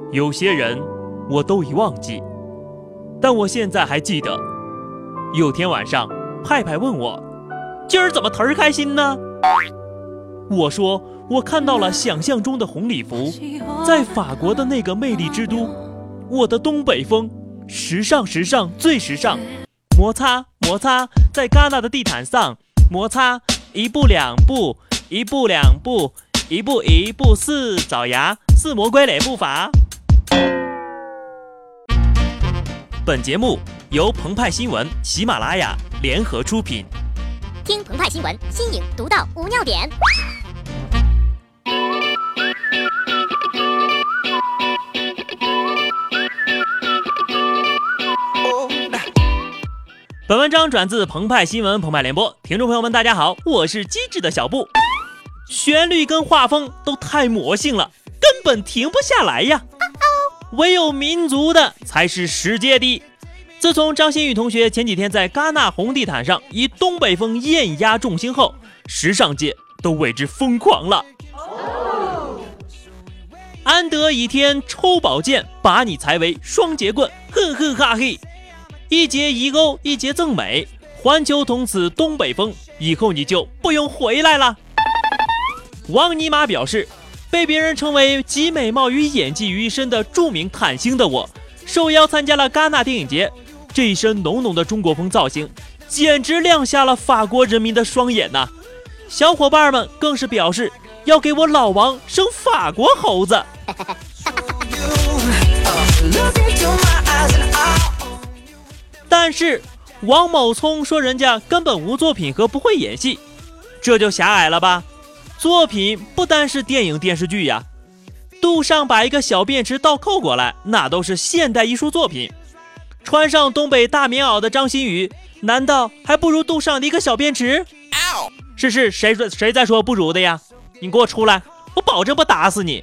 有些人我都已忘记，但我现在还记得。有天晚上，派派问我，今儿怎么忒儿开心呢？我说我看到了想象中的红礼服，在法国的那个魅力之都，我的东北风，时尚时尚最时尚，摩擦摩擦在戛纳的地毯上摩擦，一步两步，一步两步，一步一步似爪牙，似魔鬼脸步伐。本节目由澎湃新闻、喜马拉雅联合出品。 听澎湃新闻，新颖独到，无尿点。 本文章转自澎湃新闻澎湃联播，听众朋友们大家好，我是机智的小布。旋律跟画风都太魔性了，根本停不下来呀。唯有民族的才是世界的。自从张馨予同学前几天在戛纳红地毯上以东北风艳压众星后，时尚界都为之疯狂了。安得倚天抽宝剑，把你裁为双节棍，哼哼哈嘿。一节一勾，一节赠美，环球同此东北风，以后你就不用回来了。王尼玛表示，被别人称为集美貌与演技于一身的著名坦星的我，受邀参加了戛纳电影节，这一身浓浓的中国风造型简直亮瞎了法国人民的双眼呐！小伙伴们更是表示要给我老王生法国猴子。但是王某聪说人家根本无作品和不会演戏，这就狭隘了吧？作品不单是电影电视剧呀，杜尚把一个小便池倒扣过来，那都是现代艺术作品。穿上东北大棉袄的张馨予，难道还不如杜尚的一个小便池？是谁在说不如的呀？你给我出来，我保证不打死你。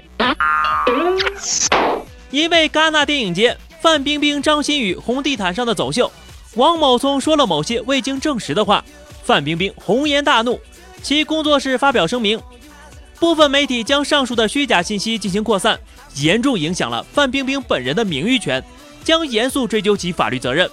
因为戛纳电影节范冰冰、张馨予红地毯上的走秀，王某聪说了某些未经证实的话，范冰冰红颜大怒，其工作室发表声明，部分媒体将上述的虚假信息进行扩散，严重影响了范冰冰本人的名誉权，将严肃追究其法律责任。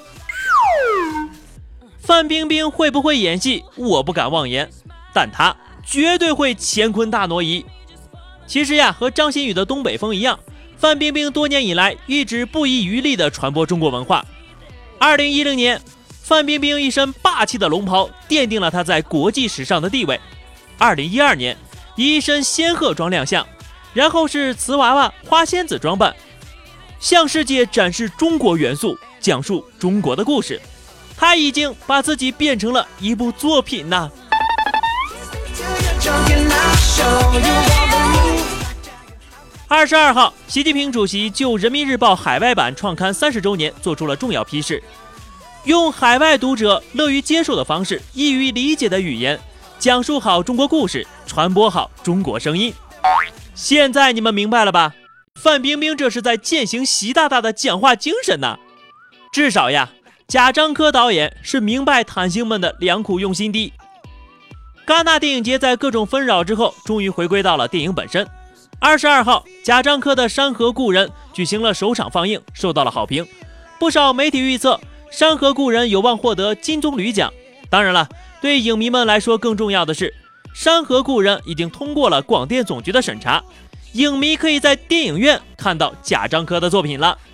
范冰冰会不会演戏，我不敢妄言，但她绝对会乾坤大挪移。其实呀，和张馨予的东北风一样，范冰冰多年以来一直不遗余力地传播中国文化。2010年，范冰冰一身霸气的龙袍奠定了她在国际时尚的地位。2012年，以一身仙鹤装亮相，然后是瓷娃娃、花仙子装扮，向世界展示中国元素，讲述中国的故事。她已经把自己变成了一部作品呐。22号，习近平主席就人民日报海外版创刊30周年做出了重要批示，用海外读者乐于接受的方式，易于理解的语言，讲述好中国故事，传播好中国声音。现在你们明白了吧？范冰冰这是在践行习大大的讲话精神呐！至少呀，贾樟柯导演是明白坦星们的良苦用心的。戛纳电影节在各种纷扰之后，终于回归到了电影本身。22号，贾樟柯的《山河故人》举行了首场放映，受到了好评。不少媒体预测，《山河故人》有望获得金棕榈奖。当然了，对影迷们来说更重要的是，《山河故人》已经通过了广电总局的审查，影迷可以在电影院看到贾樟柯的作品了。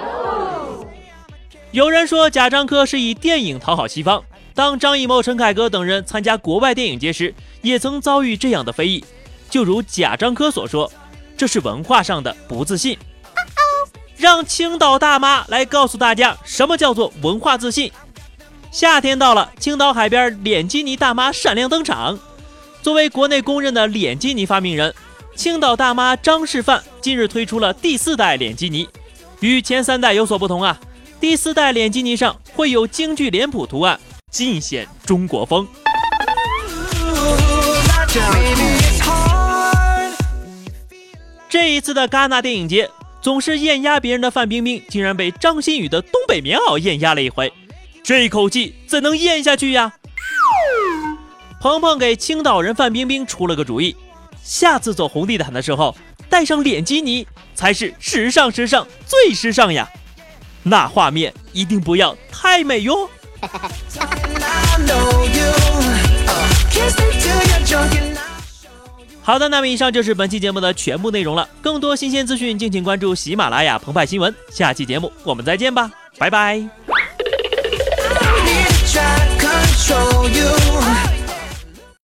有人说贾樟柯是以电影讨好西方，当张艺谋、陈凯歌等人参加国外电影节时，也曾遭遇这样的非议。就如贾樟柯所说，这是文化上的不自信。让青岛大妈来告诉大家什么叫做文化自信。夏天到了，青岛海边脸基尼大妈闪亮登场。作为国内公认的脸基尼发明人，青岛大妈张世范近日推出了第4代脸基尼，与前3代有所不同啊。第4代脸基尼上会有京剧脸谱图案，尽显中国风。这一次的戛纳电影节，总是艳压别人的范冰冰竟然被张馨予的东北棉袄艳压了一回，这口气怎能咽下去呀？鹏鹏给青岛人范冰冰出了个主意，下次走红地毯的时候戴上脸基尼才是时尚最时尚呀，那画面一定不要太美哟。好的，那么以上就是本期节目的全部内容了。更多新鲜资讯，敬请关注喜马拉雅澎湃新闻。下期节目我们再见吧，拜拜。